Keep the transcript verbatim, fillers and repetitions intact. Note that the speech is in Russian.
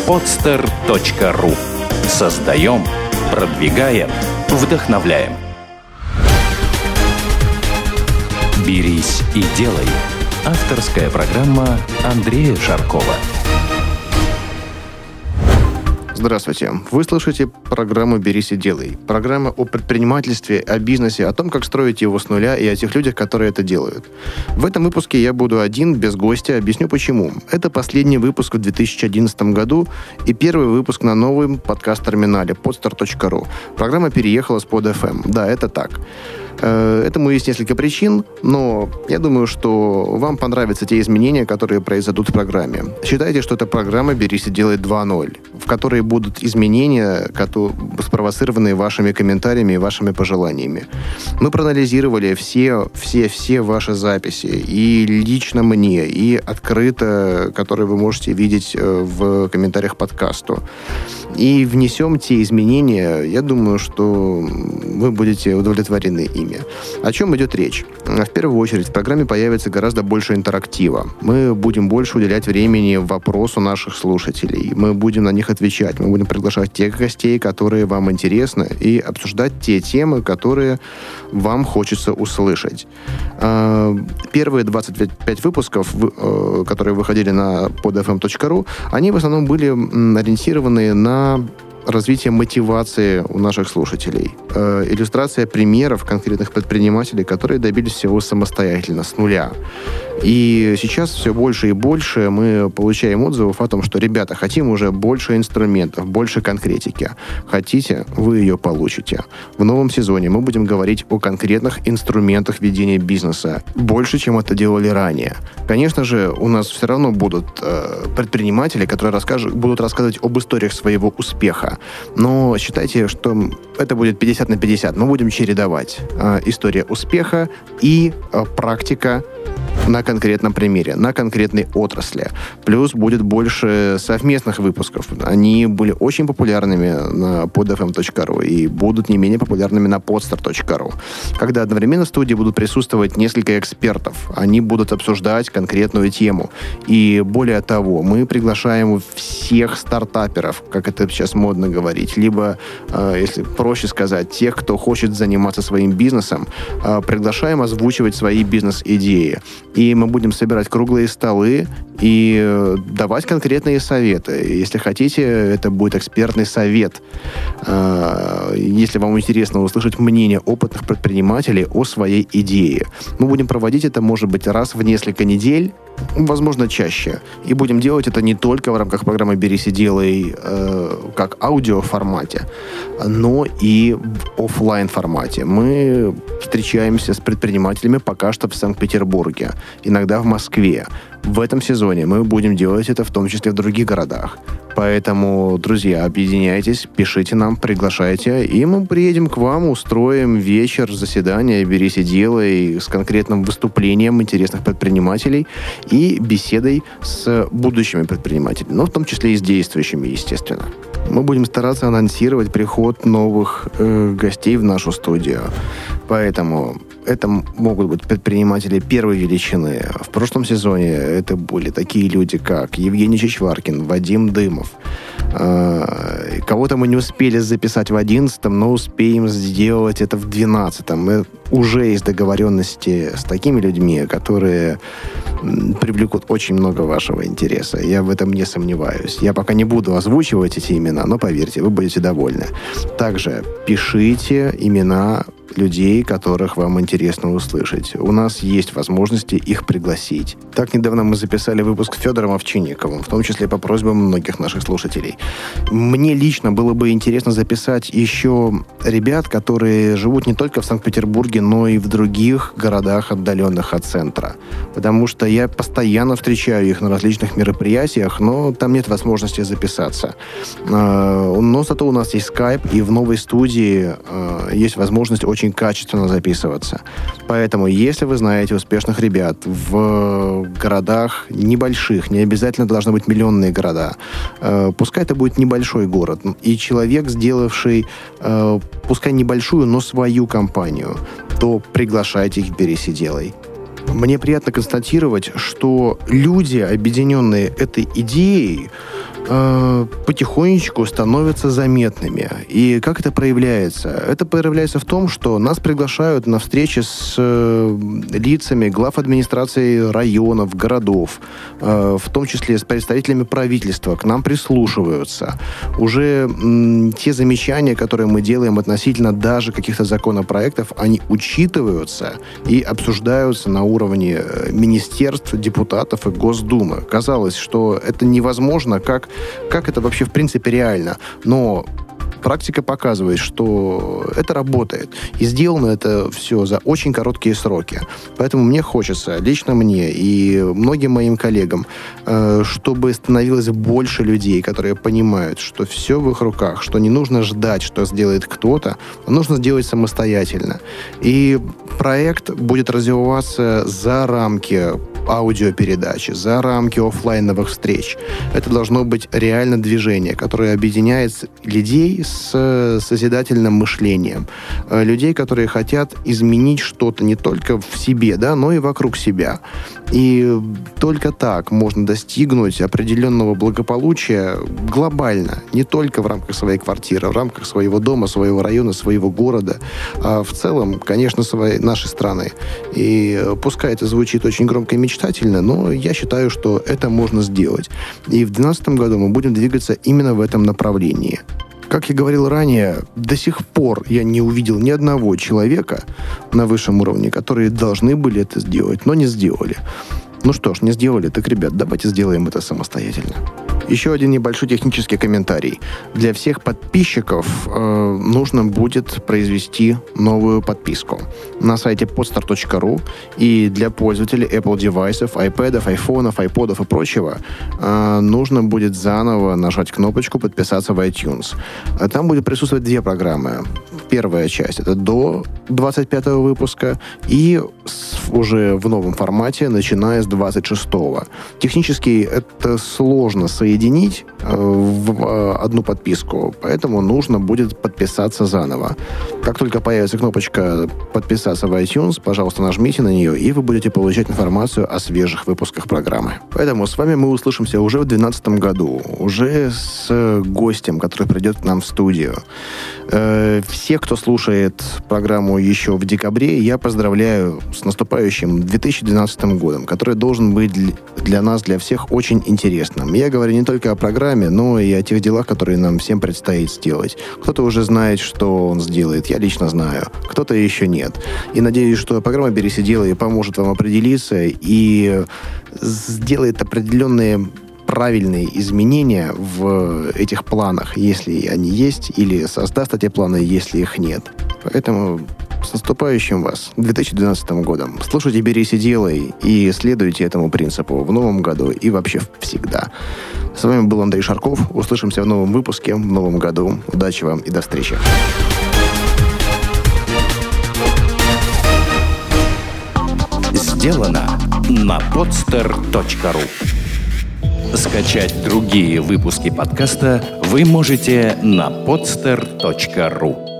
подстер точка ру. Создаем, продвигаем, вдохновляем. «Берись и делай» – авторская программа Андрея Шаркова. Здравствуйте. Вы слушаете программу «Берись и делай». Программа о предпринимательстве, о бизнесе, о том, как строить его с нуля и о тех людях, которые это делают. В этом выпуске я буду один, без гостя. Объясню почему. Это последний выпуск в две тысячи одиннадцатом году и первый выпуск на новом подкаст-терминале подстер точка ру. Программа переехала с под эф эм. Да, это так. Этому есть несколько причин, но я думаю, что вам понравятся те изменения, которые произойдут в программе. Считайте, что это программа «Берись и делай два ноль», в которой будут изменения, спровоцированные вашими комментариями и вашими пожеланиями. Мы проанализировали все, все, все ваши записи, и лично мне, и открыто, которые вы можете видеть в комментариях к подкасту. И внесем те изменения, я думаю, что вы будете удовлетворены ими. О чем идет речь? В первую очередь, в программе появится гораздо больше интерактива. Мы будем больше уделять времени вопросу наших слушателей. Мы будем на них отвечать. Мы будем приглашать тех гостей, которые вам интересны, и обсуждать те темы, которые вам хочется услышать. Первые двадцать пять выпусков, которые выходили на под эф эм точка ру, они в основном были ориентированы на развитие мотивации у наших слушателей. Э, иллюстрация примеров конкретных предпринимателей, которые добились всего самостоятельно, с нуля. И сейчас все больше и больше мы получаем отзывов о том, что, ребята, хотим уже больше инструментов, больше конкретики. Хотите, вы ее получите. В новом сезоне мы будем говорить о конкретных инструментах ведения бизнеса. Больше, чем это делали ранее. Конечно же, у нас все равно будут э, предприниматели, которые расскажут, будут рассказывать об историях своего успеха. Но считайте, что это будет пятьдесят на пятьдесят. Мы будем чередовать э, история успеха и э, практика на конкретном примере, на конкретной отрасли. Плюс будет больше совместных выпусков. Они были очень популярными на под эф эм точка ру и будут не менее популярными на подстер точка ру. Когда одновременно в студии будут присутствовать несколько экспертов. Они будут обсуждать конкретную тему. И более того, мы приглашаем всех стартаперов, как это сейчас модно говорить, либо, э, если проще сказать, тех, кто хочет заниматься своим бизнесом, э, приглашаем озвучивать свои бизнес-идеи. И мы будем собирать круглые столы и давать конкретные советы. Если хотите, это будет экспертный совет. Если вам интересно услышать мнение опытных предпринимателей о своей идее. Мы будем проводить это, может быть, раз в несколько недель, возможно, чаще. И будем делать это не только в рамках программы «Берись и делай» э, как аудиоформате, но и в офлайн формате. Мы встречаемся с предпринимателями пока что в Санкт-Петербурге, иногда в Москве. В этом сезоне мы будем делать это в том числе в других городах. Поэтому, друзья, объединяйтесь, пишите нам, приглашайте, и мы приедем к вам, устроим вечер, заседание «Берись и делай» с конкретным выступлением интересных предпринимателей и беседой с будущими предпринимателями, но в том числе и с действующими, естественно. Мы будем стараться анонсировать приход новых э, гостей в нашу студию. Поэтому это могут быть предприниматели первой величины. В прошлом сезоне это были такие люди, как Евгений Чичваркин, Вадим Дымов. Э, кого-то мы не успели записать в одиннадцатом, но успеем сделать это в двенадцатом. Мы уже есть договоренности с такими людьми, которые привлекут очень много вашего интереса. Я в этом не сомневаюсь. Я пока не буду озвучивать эти имена, но поверьте, вы будете довольны. Также пишите имена людей, которых вам интересно услышать. У нас есть возможности их пригласить. Так, недавно мы записали выпуск с Федором Овчинниковым, в том числе по просьбам многих наших слушателей. Мне лично было бы интересно записать еще ребят, которые живут не только в Санкт-Петербурге, но и в других городах, отдаленных от центра. Потому что я постоянно встречаю их на различных мероприятиях, но там нет возможности записаться. Но зато у нас есть скайп, и в новой студии есть возможность очень качественно записываться. Поэтому, если вы знаете успешных ребят в городах небольших, не обязательно должны быть миллионные города, э, пускай это будет небольшой город, и человек, сделавший, э, пускай небольшую, но свою компанию, то приглашайте их в «Берись и делай». Мне приятно констатировать, что люди, объединенные этой идеей, э, потихонечку становятся заметными. И как это проявляется? Это проявляется в том, что нас приглашают на встречи с э, лицами глав администрации районов, городов, э, в том числе с представителями правительства, к нам прислушиваются. Уже м, те замечания, которые мы делаем относительно даже каких-то законопроектов, они учитываются и обсуждаются на уровне министерств, депутатов и Госдумы. Казалось, что это невозможно, как, как это вообще в принципе реально. Но практика показывает, что это работает. И сделано это все за очень короткие сроки. Поэтому мне хочется, лично мне и многим моим коллегам, чтобы становилось больше людей, которые понимают, что все в их руках, что не нужно ждать, что сделает кто-то, а нужно сделать самостоятельно. И проект будет развиваться за рамки аудиопередачи, за рамки офлайновых встреч. Это должно быть реально движение, которое объединяет людей с созидательным мышлением. Людей, которые хотят изменить что-то не только в себе, да, но и вокруг себя. И только так можно достигнуть определенного благополучия глобально, не только в рамках своей квартиры, в рамках своего дома, своего района, своего города, а в целом, конечно, своей, нашей страны. И пускай это звучит очень громко и мечтательно, но я считаю, что это можно сделать. И в две тысячи двенадцатом году мы будем двигаться именно в этом направлении. Как я говорил ранее, до сих пор я не увидел ни одного человека на высшем уровне, которые должны были это сделать, но не сделали. Ну что ж, не сделали, так, ребят, давайте сделаем это самостоятельно. Еще один небольшой технический комментарий. Для всех подписчиков э, нужно будет произвести новую подписку на сайте podster точка ру, и для пользователей Apple девайсов, iPad'ов, айфонов, айподов и прочего э, нужно будет заново нажать кнопочку «Подписаться в iTunes». Там будет присутствовать две программы. Первая часть — это до двадцать пятого выпуска, и с, уже в новом формате, начиная с двадцать шестого. Технически это сложно соединить э, в э, одну подписку, поэтому нужно будет подписаться заново. Как только появится кнопочка «Подписаться в iTunes», пожалуйста, нажмите на нее, и вы будете получать информацию о свежих выпусках программы. Поэтому с вами мы услышимся уже в две тысячи двенадцатом году, уже с гостем, который придет к нам в студию. Э, все, кто слушает программу еще в декабре, я поздравляю с наступающим две тысячи двенадцатым годом, который должен быть для нас, для всех очень интересным. Я говорю не только о программе, но и о тех делах, которые нам всем предстоит сделать. Кто-то уже знает, что он сделает, я лично знаю. Кто-то еще нет. И надеюсь, что программа «Берись и делай» поможет вам определиться и сделает определенные правильные изменения в этих планах, если они есть, или создаст эти планы, если их нет. Поэтому с наступающим вас две тысячи двенадцатым годом. Слушайте «Берись и делай» и следуйте этому принципу в новом году и вообще всегда. С вами был Андрей Шарков. Услышимся в новом выпуске, в новом году. Удачи вам и до встречи. Сделано на podster точка ру. Скачать другие выпуски подкаста вы можете на podster точка ру.